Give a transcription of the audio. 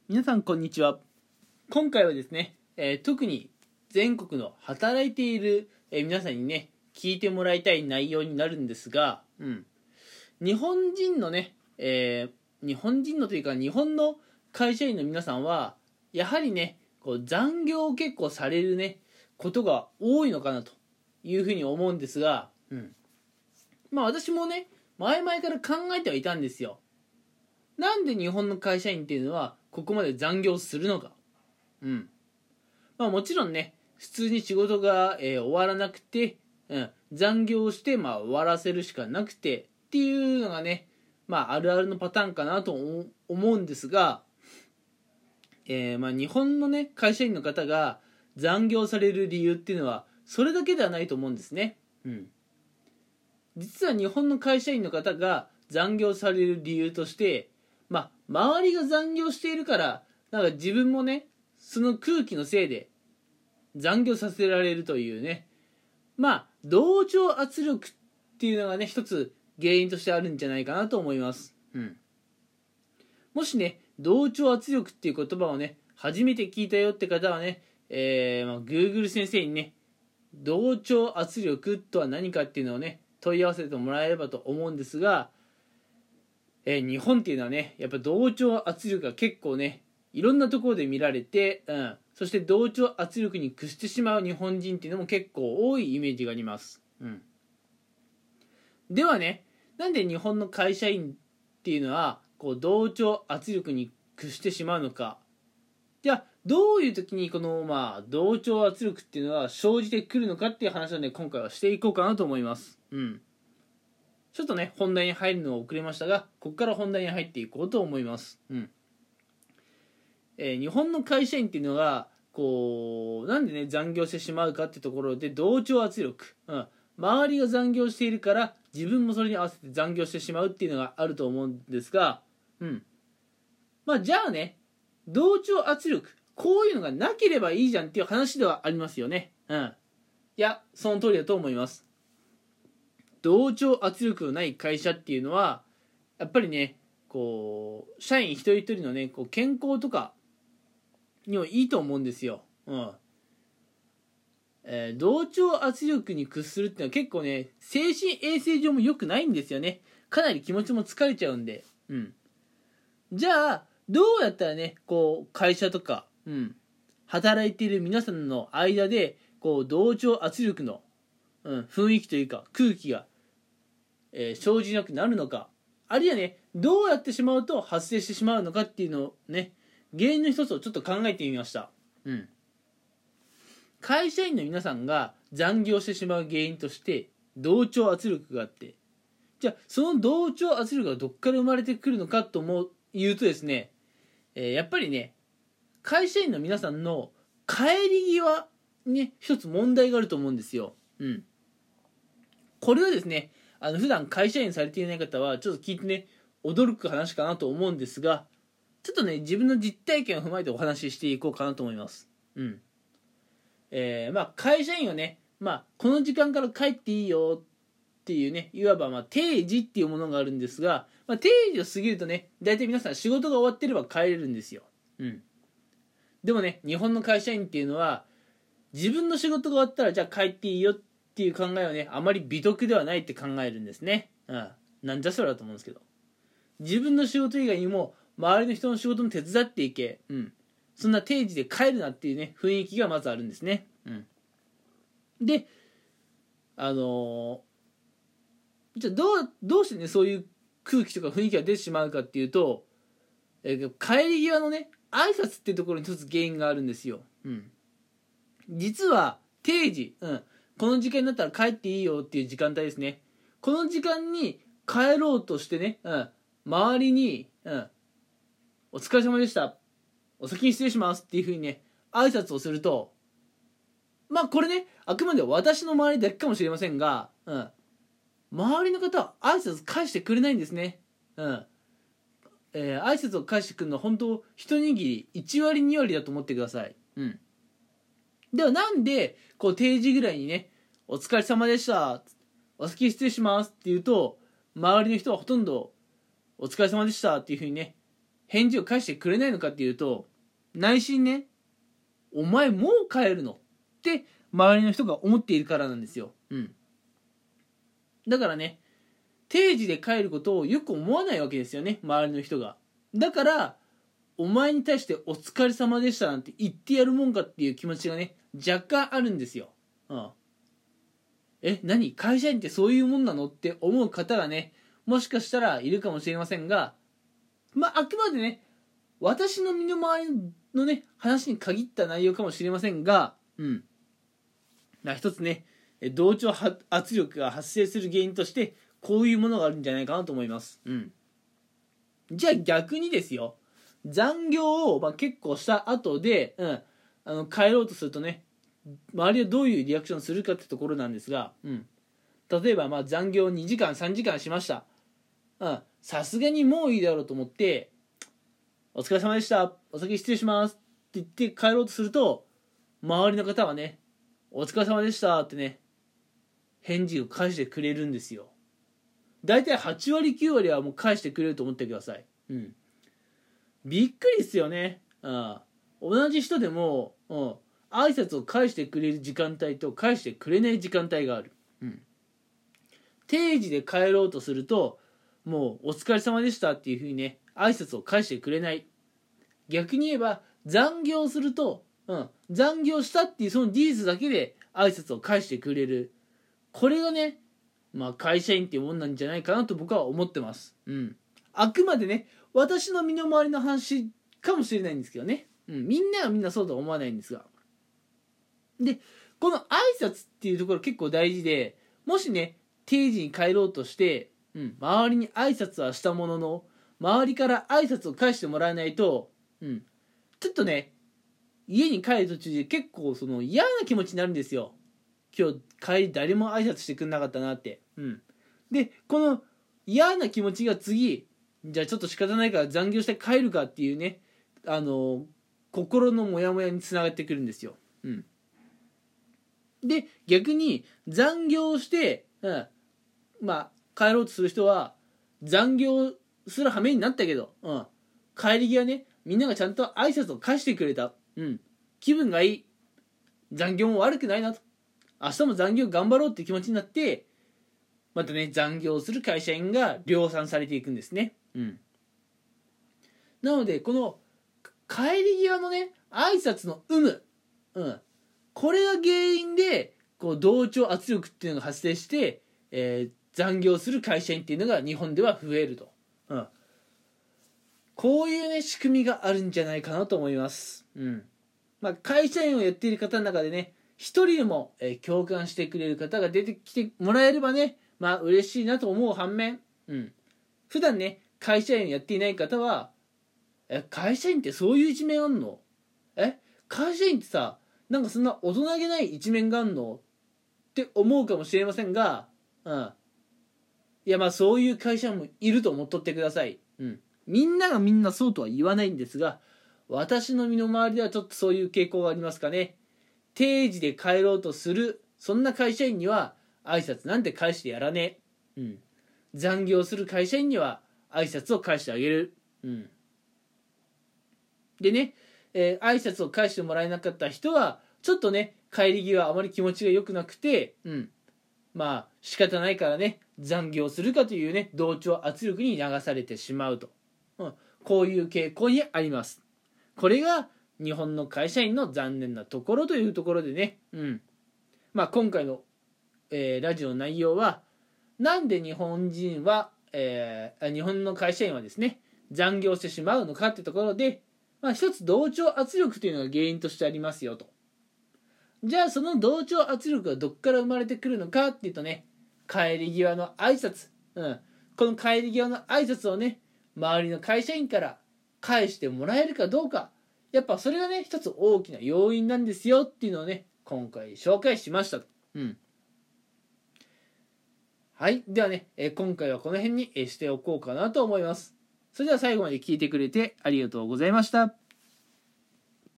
皆さんこんにちは。今回はですね、特に全国の働いている、皆さんにね聞いてもらいたい内容になるんですが、日本人のね、日本人のというか日本の会社員の皆さんはやはりねこう残業を結構されるねことが多いのかなというふうに思うんですが、私もね前々から考えてはいたんですよ。なんで日本の会社員っていうのはここまで残業するのか。もちろんね普通に仕事が、終わらなくて、残業して、終わらせるしかなくてっていうのがね、あるあるのパターンかなと思うんですが、日本のね会社員の方が残業される理由っていうのはそれだけではないと思うんですね。実は日本の会社員の方が残業される理由として、周りが残業しているからなんか自分もねその空気のせいで残業させられるというね、同調圧力っていうのがね一つ原因としてあるんじゃないかなと思います。もしね同調圧力っていう言葉をね初めて聞いたよって方はね、Google 先生にね同調圧力とは何かっていうのをね問い合わせてもらえればと思うんですが、日本っていうのはねやっぱ同調圧力が結構ねいろんなところで見られて、そして同調圧力に屈してしまう日本人っていうのも結構多いイメージがあります。ではねなんで日本の会社員っていうのはこう同調圧力に屈してしまうのか。じゃあどういう時にこの同調圧力っていうのは生じてくるのかっていう話をね今回はしていこうかなと思います。ちょっとね本題に入るのは遅れましたがここから本題に入っていこうと思います。日本の会社員っていうのがこうなんでね残業してしまうかってところで同調圧力、周りが残業しているから自分もそれに合わせて残業してしまうっていうのがあると思うんですが、じゃあね同調圧力こういうのがなければいいじゃんっていう話ではありますよね。いやその通りだと思います。同調圧力のない会社っていうのはやっぱりねこう社員一人一人のねこう健康とかにもいいと思うんですよ。同調圧力に屈するっていうのは結構ね精神衛生上も良くないんですよね。かなり気持ちも疲れちゃうんで、じゃあどうやったらねこう会社とか、働いている皆さんの間でこう同調圧力の、雰囲気というか空気が、生じなくなるのか、あるいはねどうやってしまうと発生してしまうのかっていうのをね原因の一つをちょっと考えてみました。会社員の皆さんが残業してしまう原因として同調圧力があって、じゃあその同調圧力がどっから生まれてくるのかというとですね、やっぱりね会社員の皆さんの帰り際にね一つ問題があると思うんですよ。これはですね普段会社員されていない方はちょっと聞いてね驚く話かなと思うんですが、ちょっとね自分の実体験を踏まえてお話ししていこうかなと思います。会社員はね、この時間から帰っていいよっていうねいわば定時っていうものがあるんですが、定時を過ぎるとね大体皆さん仕事が終わってれば帰れるんですよ。でもね日本の会社員っていうのは自分の仕事が終わったらじゃあ帰っていいよっていう考えはねあまり美徳ではないって考えるんですね。なんじゃそれだと思うんですけど、自分の仕事以外にも周りの人の仕事も手伝っていけ、そんな定時で帰るなっていうね雰囲気がまずあるんですね。でじゃあどうしてねそういう空気とか雰囲気が出てしまうかっていうと、帰り際のね挨拶っていうところに一つ原因があるんですよ。実は定時、この時間になったら帰っていいよっていう時間帯ですね。この時間に帰ろうとしてね、周りに、お疲れ様でした、お先に失礼しますっていう風にね挨拶をすると、これねあくまで私の周りだけかもしれませんが、周りの方は挨拶返してくれないんですね。挨拶を返してくるのは本当一握り1割2割だと思ってください。ではなんでこう定時ぐらいにねお疲れ様でしたお先失礼しますって言うと周りの人はほとんどお疲れ様でしたっていう風にね返事を返してくれないのかっていうと、内心ね、お前もう帰るのって周りの人が思っているからなんですよ。だからね、定時で帰ることをよく思わないわけですよね、周りの人が。だからお前に対してお疲れ様でしたなんて言ってやるもんかっていう気持ちがね、若干あるんですよ。何、会社員ってそういうもんなのって思う方がね、もしかしたらいるかもしれませんが、あくまでね、私の身の回りのね、話に限った内容かもしれませんが、一つね、同調圧力が発生する原因としてこういうものがあるんじゃないかなと思います。じゃあ逆にですよ、残業を結構した後で、帰ろうとするとね、周りはどういうリアクションするかってところなんですが、例えば残業2時間3時間しました。さすがにもういいだろうと思って、お疲れ様でした、お先失礼しますって言って帰ろうとすると、周りの方はね、お疲れ様でしたってね、返事を返してくれるんですよ。だいたい8割9割はもう返してくれると思ってください。びっくりですよね。同じ人でも、挨拶を返してくれる時間帯と返してくれない時間帯がある。定時で帰ろうとすると、もうお疲れ様でしたっていうふうにね、挨拶を返してくれない。逆に言えば残業すると、残業したっていうその事実だけで挨拶を返してくれる。これがね、会社員っていうもんなんじゃないかなと僕は思ってます。あくまでね、私の身の回りの話かもしれないんですけどね。みんなはみんなそうとは思わないんですが。で、この挨拶っていうところ結構大事で、もしね、定時に帰ろうとして、周りに挨拶はしたものの、周りから挨拶を返してもらえないと、ちょっとね、家に帰る途中で結構その嫌な気持ちになるんですよ。今日帰り誰も挨拶してくんなかったなって。で、この嫌な気持ちが次、じゃあちょっと仕方ないから残業して帰るかっていうね、心のモヤモヤにつながってくるんですよ。で、逆に残業して、帰ろうとする人は残業する羽目になったけど、帰り際ね、みんながちゃんと挨拶を返してくれた。気分がいい。残業も悪くないなと。明日も残業頑張ろうっていう気持ちになって、またね、残業する会社員が量産されていくんですね。なので、この帰り際のね、挨拶の有無、これが原因でこう同調圧力っていうのが発生して、残業する会社員っていうのが日本では増えると。こういうね、仕組みがあるんじゃないかなと思います。会社員をやっている方の中でね、一人でも、共感してくれる方が出てきてもらえればね、嬉しいなと思う反面、普段ね、会社員をやっていない方は、会社員ってそういう一面あんの？会社員ってさ、なんかそんな大人げない一面があんのって思うかもしれませんが、いやそういう会社もいると思っとってください。みんながみんなそうとは言わないんですが、私の身の回りではちょっとそういう傾向がありますかね。定時で帰ろうとするそんな会社員には挨拶なんて返してやらねえ。残業する会社員には挨拶を返してあげる。でね、挨拶を返してもらえなかった人はちょっとね、帰り際あまり気持ちが良くなくて、仕方ないからね、残業するかというね、同調圧力に流されてしまうと。こういう傾向にあります。これが日本の会社員の残念なところというところでね、今回の、ラジオの内容は、なんで日本人は、日本の会社員はですね、残業してしまうのかってところで、一つ同調圧力というのが原因としてありますよと。じゃあその同調圧力はどっから生まれてくるのかっていうとね、帰り際の挨拶、この帰り際の挨拶をね、周りの会社員から返してもらえるかどうか、やっぱそれがね、一つ大きな要因なんですよっていうのをね、今回紹介しました。はい、ではね、今回はこの辺にしておこうかなと思います。それでは最後まで聞いてくれてありがとうございました。